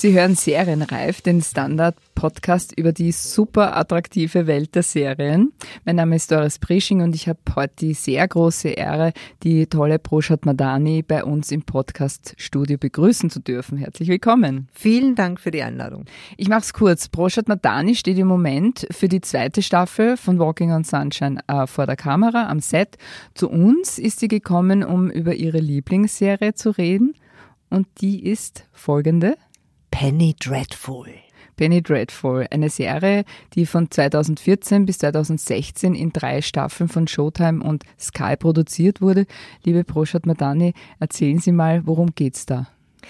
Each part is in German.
Sie hören Serienreif, den Standard-Podcast über die super attraktive Welt der Serien. Mein Name ist Doris Prisching und ich habe heute die sehr große Ehre, die tolle Proshat Madani bei uns im Podcast-Studio begrüßen zu dürfen. Herzlich willkommen. Vielen Dank für die Einladung. Ich mache es kurz. Proshat Madani steht im Moment für die 2. Staffel von Walking on Sunshine vor der Kamera am Set. Zu uns ist sie gekommen, um über ihre Lieblingsserie zu reden. Und die ist folgende. Penny Dreadful. Penny Dreadful, eine Serie, die von 2014 bis 2016 in 3 Staffeln von Showtime und Sky produziert wurde. Liebe Proshat Madani, erzählen Sie mal, worum geht's da?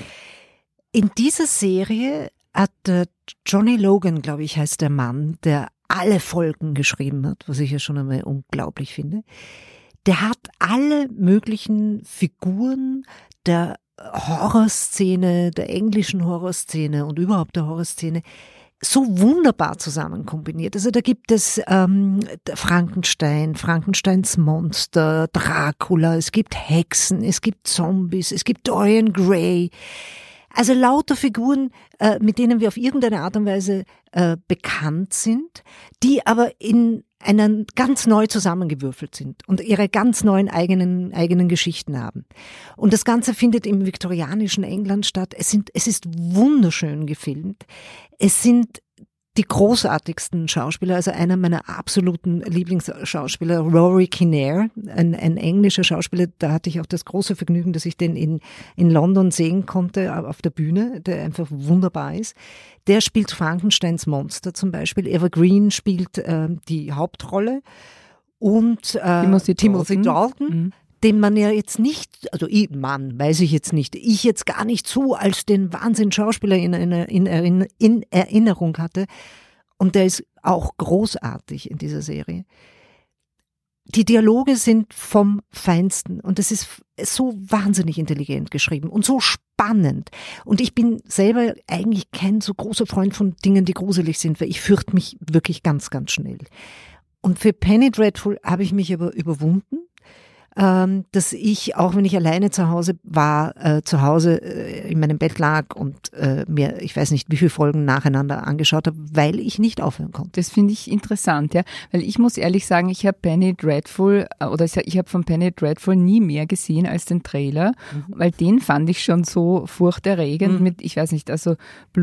In dieser Serie hat Johnny Logan, glaube ich, heißt der Mann, der alle Folgen geschrieben hat, was ich ja schon einmal unglaublich finde. Der hat alle möglichen Figuren der Horrorszene, der englischen Horrorszene und überhaupt der Horrorszene so wunderbar zusammen kombiniert. Also da gibt es Frankenstein, Frankensteins Monster, Dracula, es gibt Hexen, es gibt Zombies, es gibt Dorian Gray. Also lauter Figuren, mit denen wir auf irgendeine Art und Weise bekannt sind, die aber in einer ganz neu zusammengewürfelt sind und ihre ganz neuen eigenen Geschichten haben. Und das Ganze findet im viktorianischen England statt. Es ist wunderschön gefilmt. Es sind die großartigsten Schauspieler, also einer meiner absoluten Lieblingsschauspieler, Rory Kinnear, ein englischer Schauspieler, da hatte ich auch das große Vergnügen, dass ich den in London sehen konnte, auf der Bühne, der einfach wunderbar ist. Der spielt Frankensteins Monster zum Beispiel. Eva Green spielt die Hauptrolle und Timothy Dalton. Den man ja jetzt nicht, also weiß ich jetzt nicht, ich jetzt gar nicht so als den Wahnsinns-Schauspieler in Erinnerung hatte. Und der ist auch großartig in dieser Serie. Die Dialoge sind vom Feinsten und es ist so wahnsinnig intelligent geschrieben und so spannend. Und ich bin selber eigentlich kein so großer Freund von Dingen, die gruselig sind, weil ich fürchte mich wirklich ganz, ganz schnell. Und für Penny Dreadful habe ich mich aber überwunden, dass ich, auch wenn ich alleine zu Hause war, in meinem Bett lag und mir, ich weiß nicht, wie viele Folgen nacheinander angeschaut habe, weil ich nicht aufhören konnte. Das finde ich interessant, ja, weil ich muss ehrlich sagen, ich habe ich habe von Penny Dreadful nie mehr gesehen als den Trailer, weil den fand ich schon so furchterregend mit, ich weiß nicht, also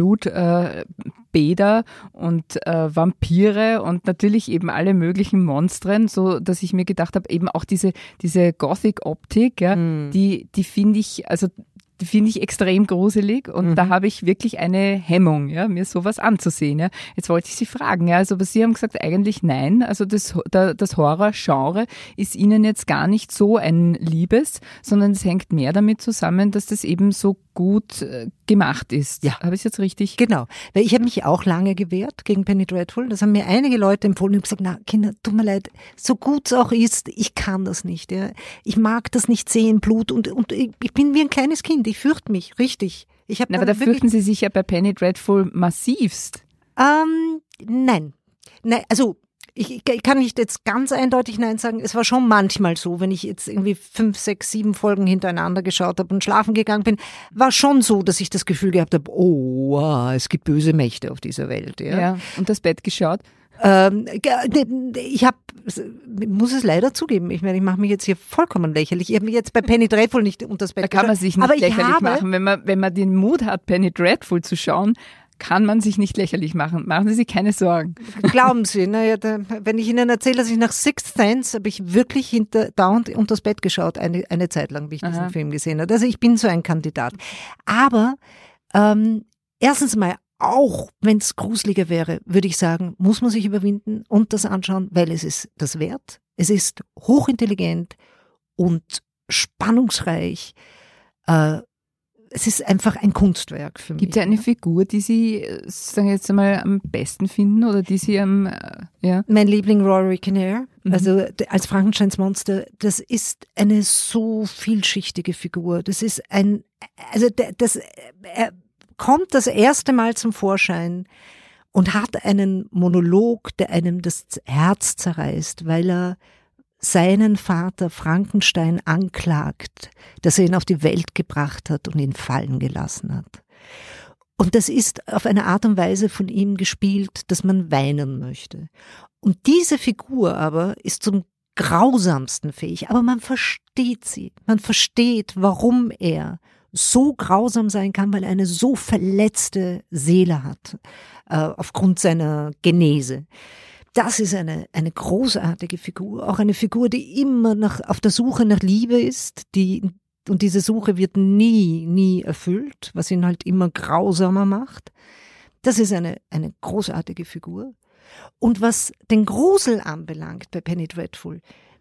Blutbäder und Vampire und natürlich eben alle möglichen Monstren, so dass ich mir gedacht habe, eben auch diese Gothic-Optik, ja, die finde ich extrem gruselig und da habe ich wirklich eine Hemmung, ja, mir sowas anzusehen. Ja. Jetzt wollte ich Sie fragen, ja, also aber Sie haben gesagt, eigentlich nein, also das Horror-Genre ist Ihnen jetzt gar nicht so ein Liebes, sondern es hängt mehr damit zusammen, dass das eben so gut gemacht ist. Ja. Habe ich es jetzt richtig? Genau, weil ich habe mich auch lange gewehrt gegen Penny Dreadful. Das haben mir einige Leute empfohlen und gesagt, na Kinder, tut mir leid, so gut es auch ist, ich kann das nicht. Ja. Ich mag das nicht sehen, Blut und ich bin wie ein kleines Kind, ich fürchte mich, richtig. Aber da fürchten Sie sich ja bei Penny Dreadful massivst. Nein, also ich kann nicht jetzt ganz eindeutig Nein sagen. Es war schon manchmal so, wenn ich jetzt irgendwie 5, 6, 7 Folgen hintereinander geschaut habe und schlafen gegangen bin, war schon so, dass ich das Gefühl gehabt habe, oh, wow, es gibt böse Mächte auf dieser Welt. Ja, und das Bett geschaut? Ich muss es leider zugeben, ich meine, ich mache mich jetzt hier vollkommen lächerlich. Ich habe mich jetzt bei Penny Dreadful nicht unter das Bett geschaut. Da kann man sich nicht lächerlich machen, wenn man den Mut hat, Penny Dreadful zu schauen, kann man sich nicht lächerlich machen. Machen Sie sich keine Sorgen. Glauben Sie, wenn ich Ihnen erzähle, dass ich nach Sixth Sense habe ich wirklich dauernd unter das Bett geschaut, eine Zeit lang, wie ich diesen Film gesehen habe. Also ich bin so ein Kandidat. Aber erstens mal, auch wenn es gruseliger wäre, würde ich sagen, muss man sich überwinden und das anschauen, weil es ist das wert. Es ist hochintelligent und spannungsreich. Es ist einfach ein Kunstwerk für mich. Gibt es eine Figur, die Sie, sagen wir jetzt einmal, am besten finden oder die Sie Mein Liebling Rory Kinnear, also als Frankensteins Monster, das ist eine so vielschichtige Figur. Das ist er kommt das erste Mal zum Vorschein und hat einen Monolog, der einem das Herz zerreißt, weil er seinen Vater Frankenstein anklagt, dass er ihn auf die Welt gebracht hat und ihn fallen gelassen hat. Und das ist auf eine Art und Weise von ihm gespielt, dass man weinen möchte. Und diese Figur aber ist zum Grausamsten fähig, aber man versteht sie. Man versteht, warum er so grausam sein kann, weil er eine so verletzte Seele hat, aufgrund seiner Genese. Das ist eine großartige Figur, auch eine Figur, die immer auf der Suche nach Liebe ist, und diese Suche wird nie erfüllt, was ihn halt immer grausamer macht. Das ist eine großartige Figur. Und was den Grusel anbelangt bei Penny Dreadful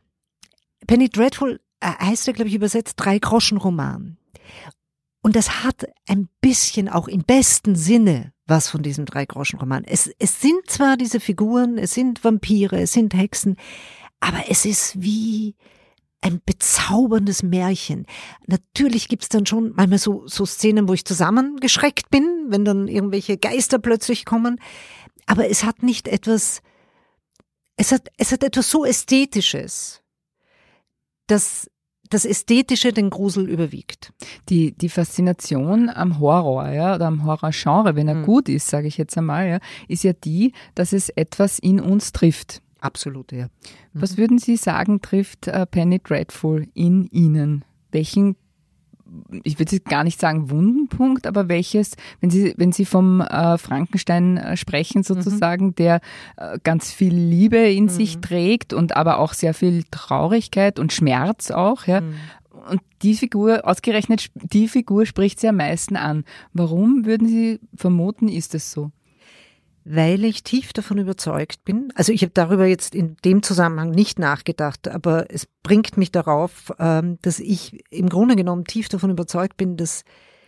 heißt ja, glaube ich, übersetzt 3-Groschen-Roman. Und das hat ein bisschen auch im besten Sinne was von diesem 3-Groschen-Roman. Es sind zwar diese Figuren, es sind Vampire, es sind Hexen, aber es ist wie ein bezauberndes Märchen. Natürlich gibt's dann schon manchmal so Szenen, wo ich zusammengeschreckt bin, wenn dann irgendwelche Geister plötzlich kommen. Aber es hat nicht etwas, es hat etwas so Ästhetisches, dass das Ästhetische den Grusel überwiegt. Die Faszination am Horror, ja, oder am Horrorgenre, wenn er gut ist, sage ich jetzt einmal, ja, ist ja die, dass es etwas in uns trifft. Absolut, ja. Was würden Sie sagen, trifft Penny Dreadful in Ihnen? Welchen, ich würde jetzt gar nicht sagen Wundenpunkt, aber welches, wenn Sie vom Frankenstein sprechen sozusagen, der ganz viel Liebe in sich trägt und aber auch sehr viel Traurigkeit und Schmerz auch, ja. Und die Figur, ausgerechnet die Figur spricht Sie am meisten an. Warum würden Sie vermuten, ist es so? Weil ich tief davon überzeugt bin, also ich habe darüber jetzt in dem Zusammenhang nicht nachgedacht, aber es bringt mich darauf, dass ich im Grunde genommen tief davon überzeugt bin, dass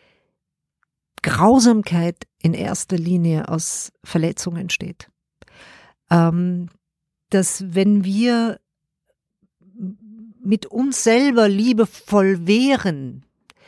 Grausamkeit in erster Linie aus Verletzungen entsteht. Dass wenn wir mit uns selber liebevoll wären,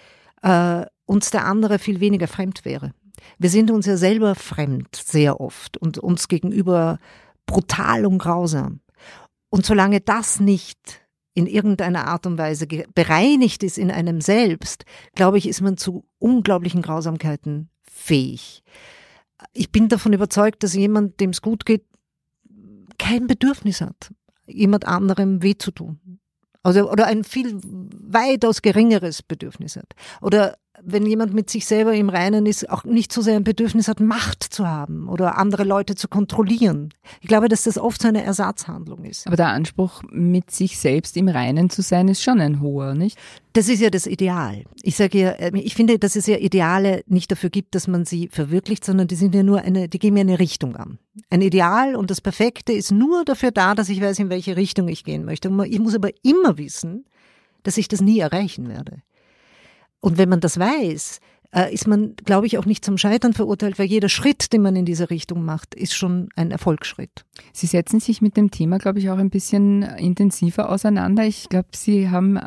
uns der andere viel weniger fremd wäre. Wir sind uns ja selber fremd sehr oft und uns gegenüber brutal und grausam. Und solange das nicht in irgendeiner Art und Weise bereinigt ist in einem selbst, glaube ich, ist man zu unglaublichen Grausamkeiten fähig. Ich bin davon überzeugt, dass jemand, dem es gut geht, kein Bedürfnis hat, jemand anderem weh zu tun. Also, oder ein viel weitaus geringeres Bedürfnis hat. Oder wenn jemand mit sich selber im Reinen ist, auch nicht so sehr ein Bedürfnis hat, Macht zu haben oder andere Leute zu kontrollieren. Ich glaube, dass das oft so eine Ersatzhandlung ist. Aber der Anspruch, mit sich selbst im Reinen zu sein, ist schon ein hoher, nicht? Das ist ja das Ideal. Ich sage ja, ich finde, dass es ja Ideale nicht dafür gibt, dass man sie verwirklicht, sondern die sind ja nur die geben ja eine Richtung an. Ein Ideal und das Perfekte ist nur dafür da, dass ich weiß, in welche Richtung ich gehen möchte. Ich muss aber immer wissen, dass ich das nie erreichen werde. Und wenn man das weiß, ist man, glaube ich, auch nicht zum Scheitern verurteilt, weil jeder Schritt, den man in diese Richtung macht, ist schon ein Erfolgsschritt. Sie setzen sich mit dem Thema, glaube ich, auch ein bisschen intensiver auseinander. Ich glaube, Sie haben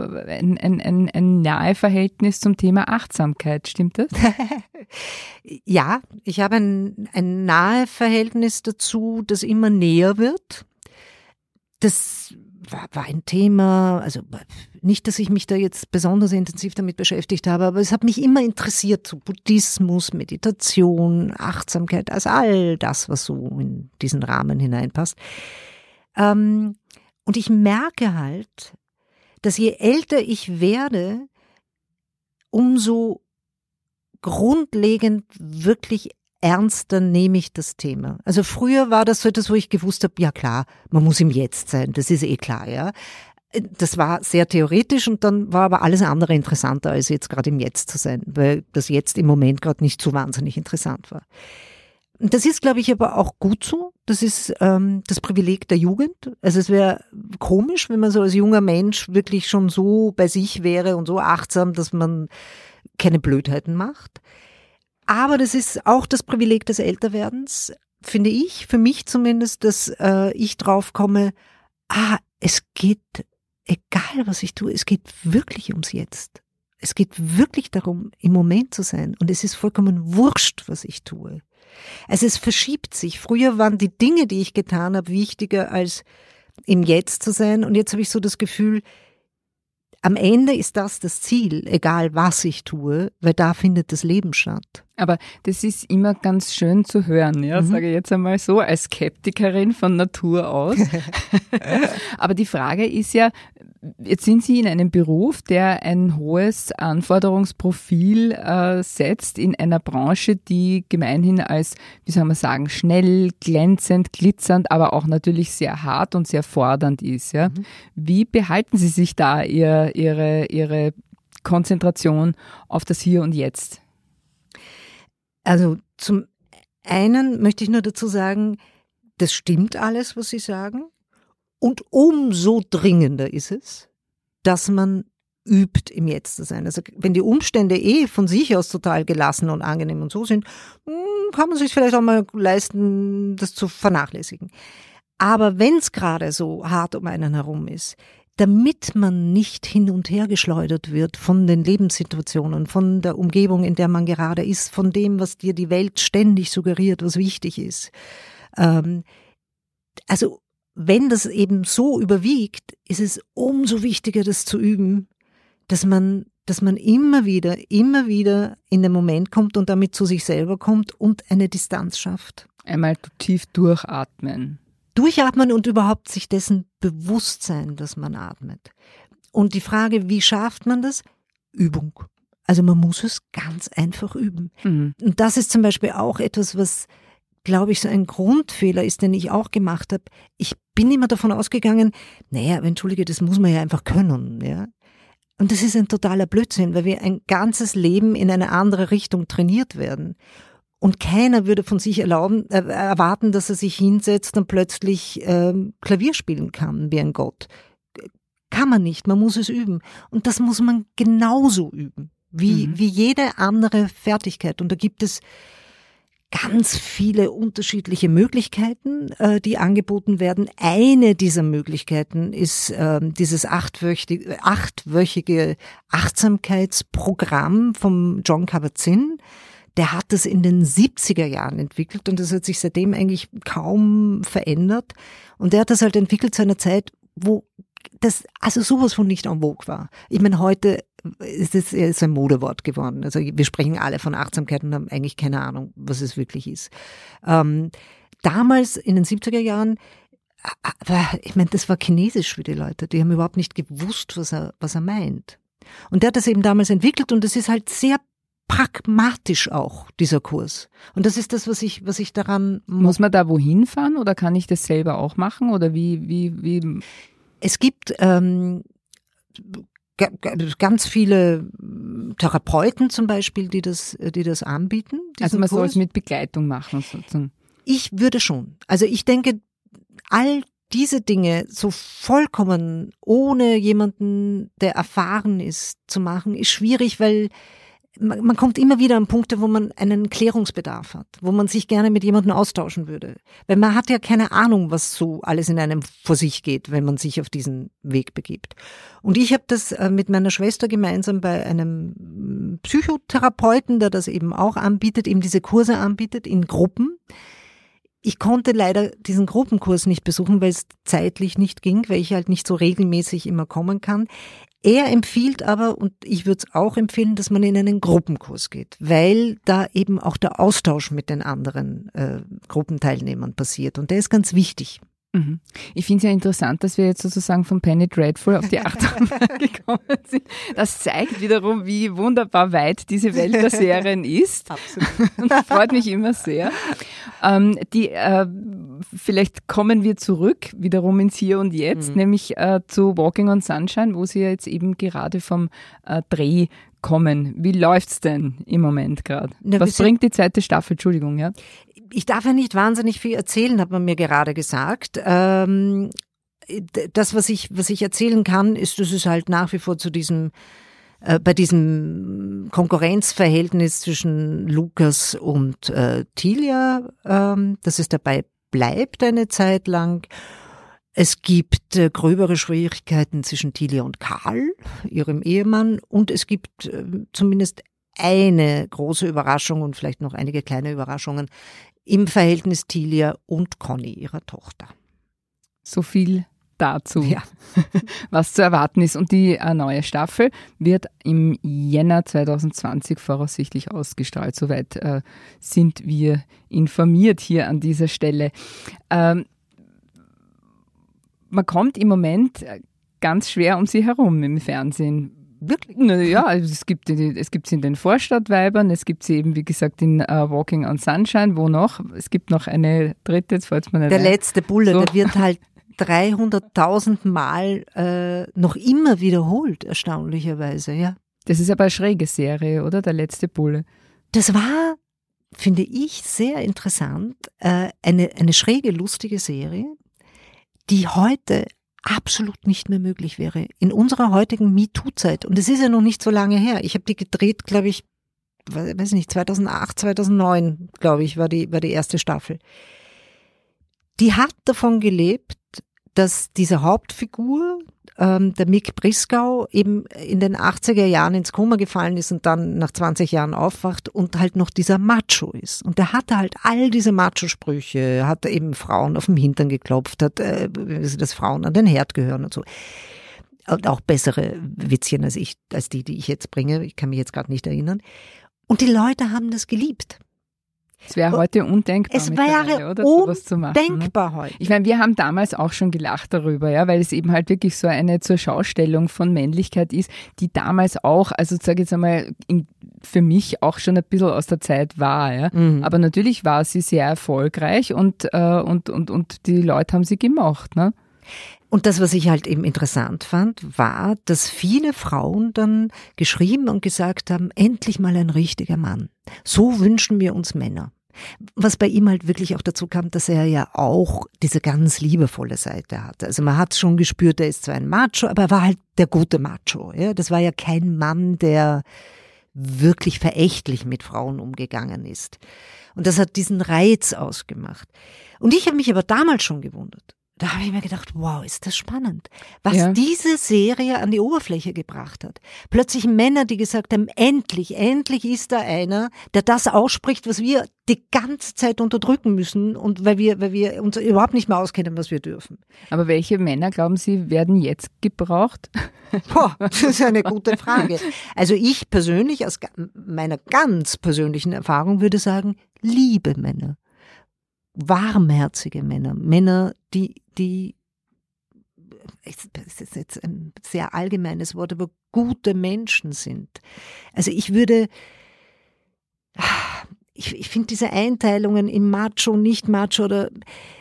ein nahe Verhältnis zum Thema Achtsamkeit, stimmt das? Ja, ich habe ein nahe Verhältnis dazu, das immer näher wird. Das war ein Thema, also nicht, dass ich mich da jetzt besonders intensiv damit beschäftigt habe, aber es hat mich immer interessiert, so Buddhismus, Meditation, Achtsamkeit, also all das, was so in diesen Rahmen hineinpasst. Und ich merke halt, dass je älter ich werde, umso grundlegend wirklich ernster nehme ich das Thema. Also früher war das so etwas, wo ich gewusst habe, ja klar, man muss im Jetzt sein, das ist eh klar, ja. Das war sehr theoretisch und dann war aber alles andere interessanter, als jetzt gerade im Jetzt zu sein, weil das Jetzt im Moment gerade nicht so wahnsinnig interessant war. Und das ist, glaube ich, aber auch gut so. Das ist das Privileg der Jugend. Also es wäre komisch, wenn man so als junger Mensch wirklich schon so bei sich wäre und so achtsam, dass man keine Blödheiten macht. Aber das ist auch das Privileg des Älterwerdens, finde ich, für mich zumindest, dass ich drauf komme, es geht, egal was ich tue, es geht wirklich ums Jetzt. Es geht wirklich darum, im Moment zu sein. Und es ist vollkommen wurscht, was ich tue. Also es verschiebt sich. Früher waren die Dinge, die ich getan habe, wichtiger als im Jetzt zu sein. Und jetzt habe ich so das Gefühl, am Ende ist das Ziel, egal was ich tue, weil da findet das Leben statt. Aber das ist immer ganz schön zu hören, ja, sage ich jetzt einmal so, als Skeptikerin von Natur aus. Aber die Frage ist ja, jetzt sind Sie in einem Beruf, der ein hohes Anforderungsprofil setzt in einer Branche, die gemeinhin als, wie soll man sagen, schnell, glänzend, glitzernd, aber auch natürlich sehr hart und sehr fordernd ist. Ja? Wie behalten Sie sich da Ihre Konzentration auf das Hier und Jetzt? Also zum einen möchte ich nur dazu sagen, das stimmt alles, was Sie sagen. Und umso dringender ist es, dass man übt, im Jetzt zu sein. Also wenn die Umstände von sich aus total gelassen und angenehm und so sind, kann man sich vielleicht auch mal leisten, das zu vernachlässigen. Aber wenn es gerade so hart um einen herum ist, damit man nicht hin und her geschleudert wird von den Lebenssituationen, von der Umgebung, in der man gerade ist, von dem, was dir die Welt ständig suggeriert, was wichtig ist. Also wenn das eben so überwiegt, ist es umso wichtiger, das zu üben, dass man immer wieder in den Moment kommt und damit zu sich selber kommt und eine Distanz schafft. Einmal tief durchatmen. Durchatmen und überhaupt sich dessen bewusst sein, dass man atmet. Und die Frage, wie schafft man das? Übung. Also man muss es ganz einfach üben. Und das ist zum Beispiel auch etwas, was, glaube ich, so ein Grundfehler ist, den ich auch gemacht habe. Ich bin immer davon ausgegangen, entschuldige, das muss man ja einfach können. Ja? Und das ist ein totaler Blödsinn, weil wir ein ganzes Leben in eine andere Richtung trainiert werden. Und keiner würde von sich erwarten, dass er sich hinsetzt und plötzlich Klavier spielen kann wie ein Gott. Kann man nicht, man muss es üben. Und das muss man genauso üben, wie jede andere Fertigkeit. Und da gibt es ganz viele unterschiedliche Möglichkeiten, die angeboten werden. Eine dieser Möglichkeiten ist dieses achtwöchige Achtsamkeitsprogramm vom Jon Kabat-Zinn. Der hat das in den 70er Jahren entwickelt und das hat sich seitdem eigentlich kaum verändert. Und der hat das halt entwickelt zu einer Zeit, wo das also sowas von nicht en vogue war. Ich meine, heute ist es ein Modewort geworden. Also wir sprechen alle von Achtsamkeit und haben eigentlich keine Ahnung, was es wirklich ist. Damals in den 70er Jahren, ich meine, das war Chinesisch für die Leute. Die haben überhaupt nicht gewusst, was er meint. Und der hat das eben damals entwickelt und das ist halt sehr pragmatisch auch, dieser Kurs. Und das ist das, was ich daran... Muss man da wohin fahren oder kann ich das selber auch machen oder wie? Es gibt ganz viele Therapeuten zum Beispiel, die das anbieten. Also man soll es mit Begleitung machen sozusagen. Ich würde schon. Also ich denke, all diese Dinge so vollkommen ohne jemanden, der erfahren ist, zu machen, ist schwierig, weil man kommt immer wieder an Punkte, wo man einen Klärungsbedarf hat, wo man sich gerne mit jemandem austauschen würde. Weil man hat ja keine Ahnung, was so alles in einem vor sich geht, wenn man sich auf diesen Weg begibt. Und ich habe das mit meiner Schwester gemeinsam bei einem Psychotherapeuten, der das eben auch anbietet, eben diese Kurse anbietet in Gruppen. Ich konnte leider diesen Gruppenkurs nicht besuchen, weil es zeitlich nicht ging, weil ich halt nicht so regelmäßig immer kommen kann. Er empfiehlt aber, und ich würde es auch empfehlen, dass man in einen Gruppenkurs geht, weil da eben auch der Austausch mit den anderen Gruppenteilnehmern passiert und der ist ganz wichtig. Ich finde es ja interessant, dass wir jetzt sozusagen von Penny Dreadful auf die Achterbahn gekommen sind. Das zeigt wiederum, wie wunderbar weit diese Welt der Serien ist. Absolut. Und das freut mich immer sehr. Vielleicht kommen wir zurück wiederum ins Hier und Jetzt, nämlich zu Walking on Sunshine, wo Sie jetzt eben gerade vom Dreh kommen. Wie läuft's denn im Moment gerade? Was bringt die zweite Staffel? Entschuldigung, ja. Ich darf ja nicht wahnsinnig viel erzählen, hat man mir gerade gesagt. Das, was ich erzählen kann, ist, dass es halt nach wie vor zu diesem bei diesem Konkurrenzverhältnis zwischen Lukas und Tilia, dass es dabei bleibt eine Zeit lang. Es gibt gröbere Schwierigkeiten zwischen Tilia und Karl, ihrem Ehemann, und es gibt zumindest eine große Überraschung und vielleicht noch einige kleine Überraschungen im Verhältnis Tilia und Conny, ihrer Tochter. So viel dazu, was zu erwarten ist. Und die neue Staffel wird im Jänner 2020 voraussichtlich ausgestrahlt. Soweit sind wir informiert hier an dieser Stelle. Man kommt im Moment ganz schwer um sie herum im Fernsehen. Wirklich? Ja, also es gibt sie in den Vorstadtweibern, es gibt sie eben, wie gesagt, in Walking on Sunshine, wo noch? Es gibt noch eine dritte, jetzt fällt es mir nicht Der ein. letzte Bulle, der wird halt 300.000 Mal noch immer wiederholt, erstaunlicherweise, ja. Das ist aber eine schräge Serie, oder? Der letzte Bulle. Das war, finde ich, sehr interessant. Eine schräge, lustige Serie, die heute absolut nicht mehr möglich wäre. In unserer heutigen MeToo-Zeit. Und es ist ja noch nicht so lange her. Ich habe die gedreht, glaube ich, weiß nicht, 2008, 2009, glaube ich, war die erste Staffel. Die hat davon gelebt, dass diese Hauptfigur, der Mick Briscoe, eben in den 80er Jahren ins Koma gefallen ist und dann nach 20 Jahren aufwacht und halt noch dieser Macho ist. Und der hatte halt all diese Macho-Sprüche, hat eben Frauen auf den Hintern geklopft, hat, dass Frauen an den Herd gehören und so. Und auch bessere Witzchen als die ich jetzt bringe. Ich kann mich jetzt gerade nicht erinnern. Und die Leute haben das geliebt. Es wäre heute undenkbar, es wäre oder, sowas zu machen. Undenkbar heute. Ich meine, wir haben damals auch schon gelacht darüber, ja, weil es eben halt wirklich so eine zur Schaustellung von Männlichkeit ist, die damals auch, also sage ich jetzt einmal, für mich auch schon ein bisschen aus der Zeit war. Ja. Mhm. Aber natürlich war sie sehr erfolgreich und die Leute haben sie gemocht. Ne? Und das, was ich halt eben interessant fand, war, dass viele Frauen dann geschrieben und gesagt haben, endlich mal ein richtiger Mann. So wünschen wir uns Männer. Was bei ihm halt wirklich auch dazu kam, dass er ja auch diese ganz liebevolle Seite hatte. Also man hat schon gespürt, er ist zwar ein Macho, aber er war halt der gute Macho. Ja? Das war ja kein Mann, der wirklich verächtlich mit Frauen umgegangen ist. Und das hat diesen Reiz ausgemacht. Und ich habe mich aber damals schon gewundert. Da habe ich mir gedacht, wow, ist das spannend, was diese Serie an die Oberfläche gebracht hat. Plötzlich Männer, die gesagt haben, endlich ist da einer, der das ausspricht, was wir die ganze Zeit unterdrücken müssen und weil wir uns überhaupt nicht mehr auskennen, was wir dürfen. Aber welche Männer, glauben Sie, werden jetzt gebraucht? Boah, das ist eine gute Frage. Also ich persönlich, aus meiner ganz persönlichen Erfahrung würde sagen, liebe Männer. Warmherzige Männer, Männer, die, das ist jetzt ein sehr allgemeines Wort, aber gute Menschen sind. Also ich finde diese Einteilungen in Macho, nicht Macho oder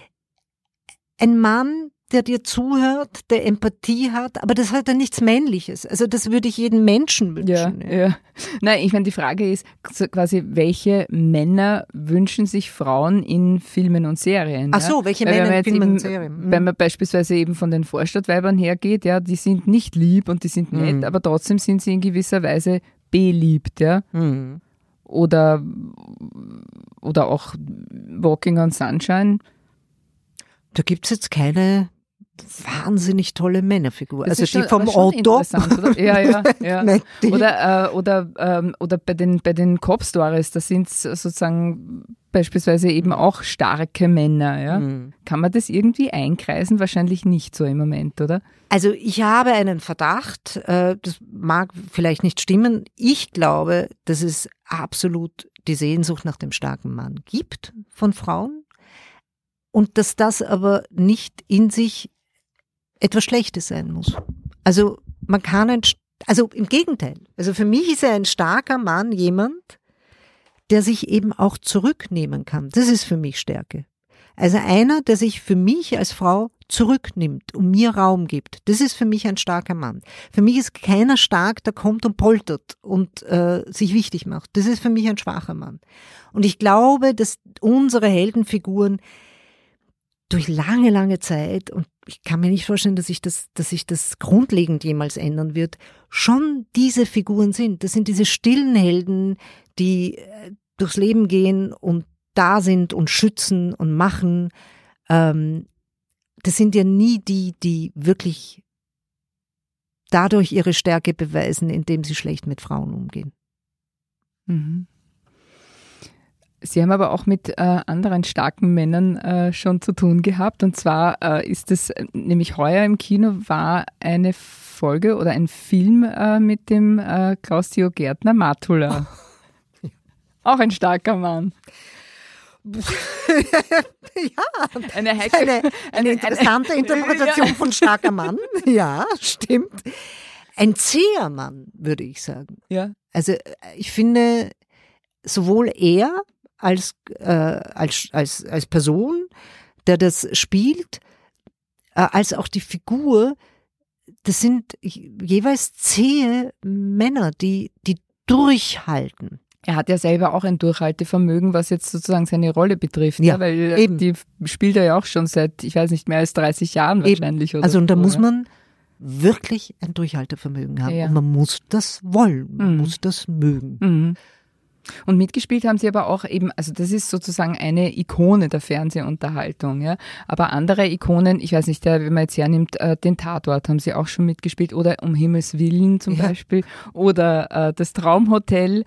ein Mann, der dir zuhört, der Empathie hat, aber das hat ja nichts Männliches. Also das würde ich jedem Menschen wünschen. Ja. Nein, ich meine, die Frage ist quasi, welche Männer wünschen sich Frauen in Filmen und Serien? Ach so, welche Männer in Filmen und Serien? Wenn man beispielsweise eben von den Vorstadtweibern hergeht, ja, die sind nicht lieb und die sind nett, aber trotzdem sind sie in gewisser Weise beliebt, ja. Mhm. Oder auch Walking on Sunshine. Da gibt's jetzt keine wahnsinnig tolle Männerfigur. Das also die vom Otto. Ja. Nein, oder bei den Cop-Stories, da sind es sozusagen beispielsweise eben auch starke Männer. Ja? Mhm. Kann man das irgendwie einkreisen? Wahrscheinlich nicht so im Moment, oder? Also ich habe einen Verdacht, das mag vielleicht nicht stimmen. Ich glaube, dass es absolut die Sehnsucht nach dem starken Mann gibt von Frauen und dass das aber nicht in sich etwas Schlechtes sein muss. Also man kann also im Gegenteil. Also für mich ist ein starker Mann jemand, der sich eben auch zurücknehmen kann. Das ist für mich Stärke. Also einer, der sich für mich als Frau zurücknimmt und mir Raum gibt. Das ist für mich ein starker Mann. Für mich ist keiner stark, der kommt und poltert und sich wichtig macht. Das ist für mich ein schwacher Mann. Und ich glaube, dass unsere Heldenfiguren durch lange, lange Zeit, und ich kann mir nicht vorstellen, dass sich das grundlegend jemals ändern wird, schon diese Figuren sind. Das sind diese stillen Helden, die durchs Leben gehen und da sind und schützen und machen. Das sind ja nie die wirklich dadurch ihre Stärke beweisen, indem sie schlecht mit Frauen umgehen. Mhm. Sie haben aber auch mit anderen starken Männern schon zu tun gehabt. Und zwar ist es nämlich heuer im Kino war eine Folge oder ein Film mit dem Klaus-Theo Gärtner, Matula. Auch ein starker Mann. Ja, eine interessante Interpretation von starker Mann. Ja, stimmt. Ein zäher Mann, würde ich sagen. Ja. Also ich finde, sowohl er als Person, der das spielt, als auch die Figur, das sind jeweils zähe Männer, die durchhalten. Er hat ja selber auch ein Durchhaltevermögen, was jetzt sozusagen seine Rolle betrifft. Ja, weil eben. Die spielt er ja auch schon seit, ich weiß nicht, mehr als 30 Jahren wahrscheinlich. Oder also und da so, muss man wirklich ein Durchhaltevermögen haben. Ja. Und man muss das wollen, man muss das mögen. Mhm. Und mitgespielt haben sie aber auch eben, also das ist sozusagen eine Ikone der Fernsehunterhaltung, ja. Aber andere Ikonen, ich weiß nicht, wenn man jetzt hernimmt, den Tatort haben sie auch schon mitgespielt oder Um Himmels Willen zum Beispiel oder das Traumhotel.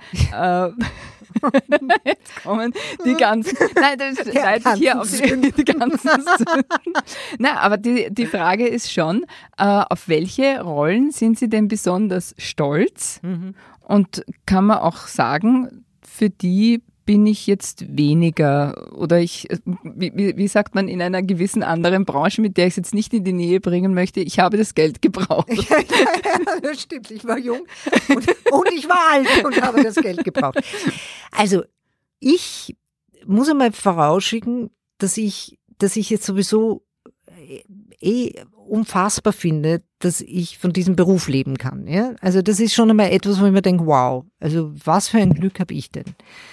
Jetzt kommen die ganzen, nein, das leitet hier auf die ganzen Sünden. Nein, aber die Frage ist schon, auf welche Rollen sind Sie denn besonders stolz? Und kann man auch sagen, für die bin ich jetzt weniger oder wie sagt man, in einer gewissen anderen Branche, mit der ich es jetzt nicht in die Nähe bringen möchte, ich habe das Geld gebraucht. Ja, das stimmt. Ich war jung und ich war alt und habe das Geld gebraucht. Also ich muss einmal vorausschicken, dass ich jetzt sowieso unfassbar finde, dass ich von diesem Beruf leben kann. Ja? Also das ist schon einmal etwas, wo ich mir denke, wow, also was für ein Glück habe ich denn?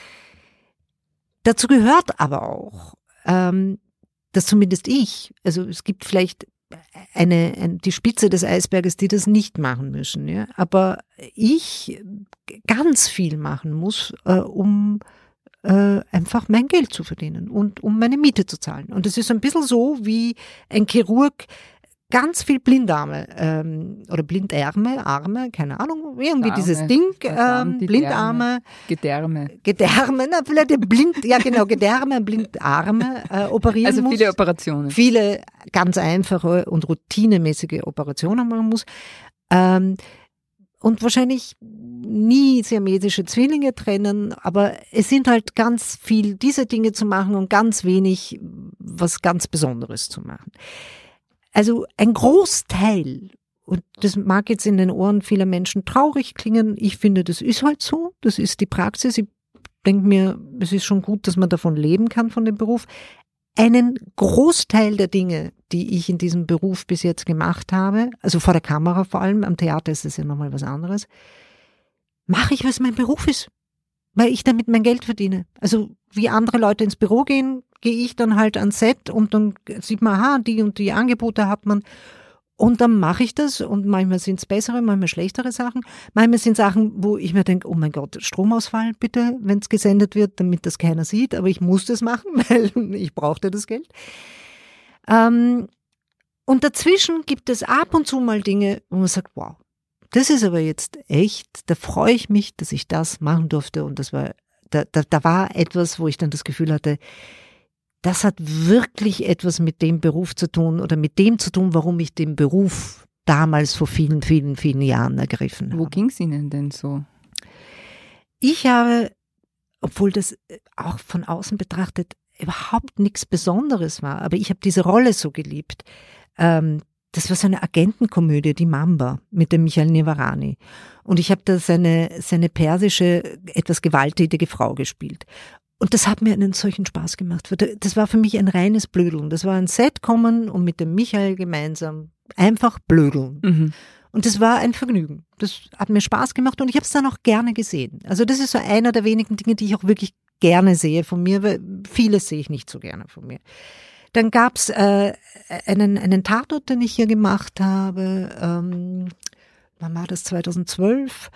Dazu gehört aber auch, dass zumindest ich, also es gibt vielleicht die Spitze des Eisberges, die das nicht machen müssen, ja? Aber ich ganz viel machen muss, um einfach mein Geld zu verdienen und um meine Miete zu zahlen. Und es ist ein bisschen so, wie ein Chirurg ganz viel Blindarme oder Blindarme, Arme, keine Ahnung, irgendwie Arme, dieses Ding, die Blindarme. Gedärme, na, vielleicht Gedärme, Blindarme operieren also muss. viele Operationen. Viele ganz einfache und routinemäßige Operationen machen muss. Und wahrscheinlich nie siamesische Zwillinge trennen, aber es sind halt ganz viel diese Dinge zu machen und ganz wenig was ganz Besonderes zu machen. Also ein Großteil, und das mag jetzt in den Ohren vieler Menschen traurig klingen, ich finde, das ist halt so, das ist die Praxis. Ich denke mir, es ist schon gut, dass man davon leben kann, von dem Beruf. Einen Großteil der Dinge, die ich in diesem Beruf bis jetzt gemacht habe, also vor der Kamera vor allem, am Theater ist es ja nochmal was anderes, mache ich, weil es mein Beruf ist, weil ich damit mein Geld verdiene. Also wie andere Leute ins Büro gehen, gehe ich dann halt ans Set und dann sieht man, aha, die und die Angebote hat man und dann mache ich das und manchmal sind es bessere, manchmal schlechtere Sachen. Manchmal sind Sachen, wo ich mir denke, oh mein Gott, Stromausfall bitte, wenn es gesendet wird, damit das keiner sieht, aber ich muss das machen, weil ich brauchte das Geld. Und dazwischen gibt es ab und zu mal Dinge, wo man sagt, wow, das ist aber jetzt echt, da freue ich mich, dass ich das machen durfte und das war, da war etwas, wo ich dann das Gefühl hatte, das hat wirklich etwas mit dem Beruf zu tun oder mit dem zu tun, warum ich den Beruf damals vor vielen, vielen, vielen Jahren ergriffen habe. Wo ging es Ihnen denn so? Ich habe, obwohl das auch von außen betrachtet überhaupt nichts Besonderes war, aber ich habe diese Rolle so geliebt. Das war so eine Agentenkomödie, die Mamba, mit dem Michael Nevarani. Und ich habe da seine persische, etwas gewalttätige Frau gespielt. Und das hat mir einen solchen Spaß gemacht. Das war für mich ein reines Blödeln. Das war ein Set kommen und mit dem Michael gemeinsam einfach blödeln. Mhm. Und das war ein Vergnügen. Das hat mir Spaß gemacht und ich habe es dann auch gerne gesehen. Also das ist so einer der wenigen Dinge, die ich auch wirklich gerne sehe von mir, weil vieles sehe ich nicht so gerne von mir. Dann gab's einen Tatort, den ich hier gemacht habe. Wann war das? 2012?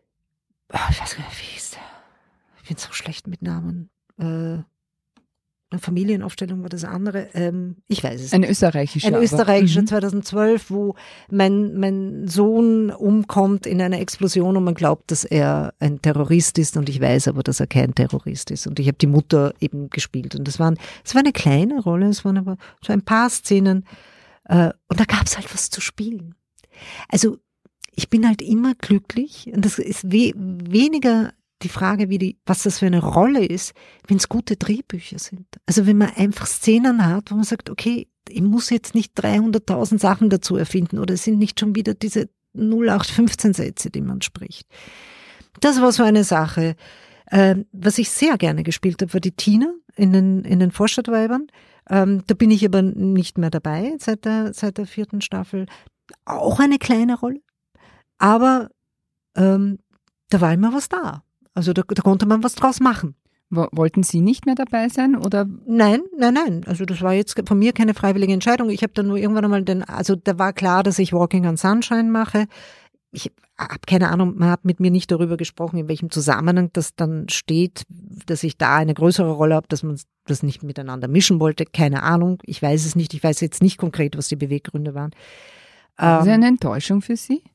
Ich weiß gar nicht, wie hieß der? Ich bin so schlecht mit Namen. eine Familienaufstellung war das andere. Ich weiß es nicht. Ein österreichischer 2012, wo mein Sohn umkommt in einer Explosion und man glaubt, dass er ein Terrorist ist und ich weiß aber, dass er kein Terrorist ist. Und ich habe die Mutter eben gespielt. Und es war eine kleine Rolle, es waren aber so ein paar Szenen. Und da gab es halt was zu spielen. Also ich bin halt immer glücklich und das ist weniger die Frage, was das für eine Rolle ist, wenn es gute Drehbücher sind. Also wenn man einfach Szenen hat, wo man sagt, okay, ich muss jetzt nicht 300.000 Sachen dazu erfinden oder es sind nicht schon wieder diese 0815 Sätze, die man spricht. Das war so eine Sache. Was ich sehr gerne gespielt habe, war die Tina in den Vorstadtweibern. Da bin ich aber nicht mehr dabei seit der 4. Staffel. Auch eine kleine Rolle. Aber da war immer was da. Also da konnte man was draus machen. Wollten Sie nicht mehr dabei sein? Oder? Nein. Also das war jetzt von mir keine freiwillige Entscheidung. Ich habe dann nur irgendwann einmal da war klar, dass ich Walking on Sunshine mache. Ich habe keine Ahnung, man hat mit mir nicht darüber gesprochen, in welchem Zusammenhang das dann steht, dass ich da eine größere Rolle habe, dass man das nicht miteinander mischen wollte. Keine Ahnung, ich weiß es nicht. Ich weiß jetzt nicht konkret, was die Beweggründe waren. Ist das eine Enttäuschung für Sie?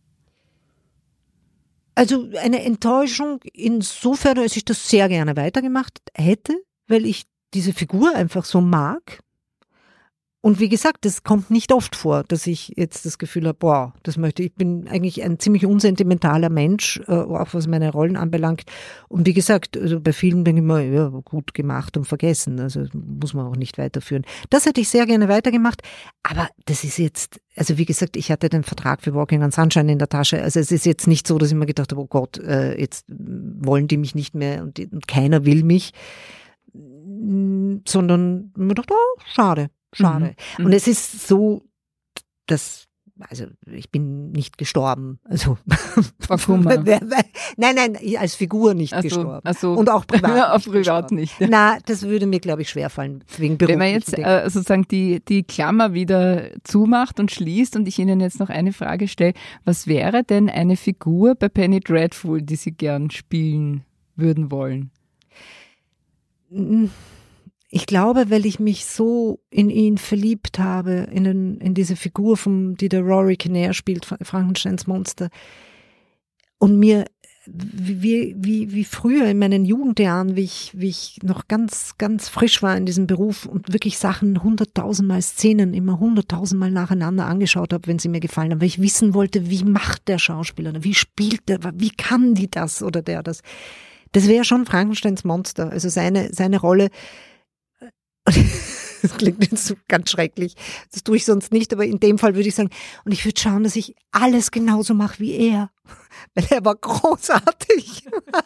Also eine Enttäuschung insofern, dass ich das sehr gerne weitergemacht hätte, weil ich diese Figur einfach so mag. Und wie gesagt, das kommt nicht oft vor, dass ich jetzt das Gefühl habe, boah, das möchte ich. Ich bin eigentlich ein ziemlich unsentimentaler Mensch, auch was meine Rollen anbelangt. Und wie gesagt, also bei vielen denke ich mir, ja, gut gemacht und vergessen. Also muss man auch nicht weiterführen. Das hätte ich sehr gerne weitergemacht. Aber das ist jetzt, also wie gesagt, ich hatte den Vertrag für Walking on Sunshine in der Tasche. Also es ist jetzt nicht so, dass ich mir gedacht habe, oh Gott, jetzt wollen die mich nicht mehr und keiner will mich. Sondern mir dachte, oh, schade. Mhm. Und es ist so, also ich bin nicht gestorben. Also nein, als Figur nicht gestorben. Und auch privat nicht. Ja. Na, das würde mir, glaube ich, schwerfallen. Wegen Wenn man jetzt sozusagen die Klammer wieder zumacht und schließt und ich Ihnen jetzt noch eine Frage stelle, was wäre denn eine Figur bei Penny Dreadful, die Sie gern spielen würden wollen? Ich glaube, weil ich mich so in ihn verliebt habe, in diese Figur, die der Rory Kinnear spielt, Frankensteins Monster. Und mir, wie früher in meinen Jugendjahren, wie ich noch ganz, ganz frisch war in diesem Beruf und wirklich Sachen 100.000 Szenen immer 100.000 Mal nacheinander angeschaut habe, wenn sie mir gefallen haben, weil ich wissen wollte, wie macht der Schauspieler, wie spielt der, wie kann die das oder der das. Das wäre schon Frankensteins Monster, also seine Rolle. Das klingt jetzt so ganz schrecklich. Das tue ich sonst nicht, aber in dem Fall würde ich sagen, und ich würde schauen, dass ich alles genauso mache wie er. Weil er war großartig.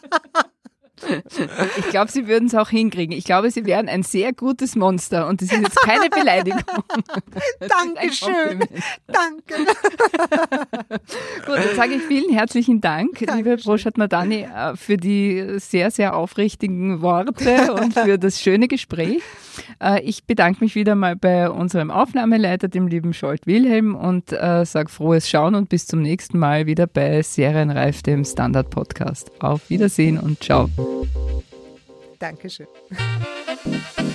Ich glaube, Sie würden es auch hinkriegen. Ich glaube, Sie wären ein sehr gutes Monster und das ist jetzt keine Beleidigung. Dankeschön. Danke. Gut, dann sage ich vielen herzlichen Dank, liebe Proshat Madani, für die sehr, sehr aufrichtigen Worte und für das schöne Gespräch. Ich bedanke mich wieder mal bei unserem Aufnahmeleiter, dem lieben Scholt Wilhelm, und sage frohes Schauen und bis zum nächsten Mal wieder bei Serienreif, dem Standard-Podcast. Auf Wiedersehen und ciao. Dankeschön.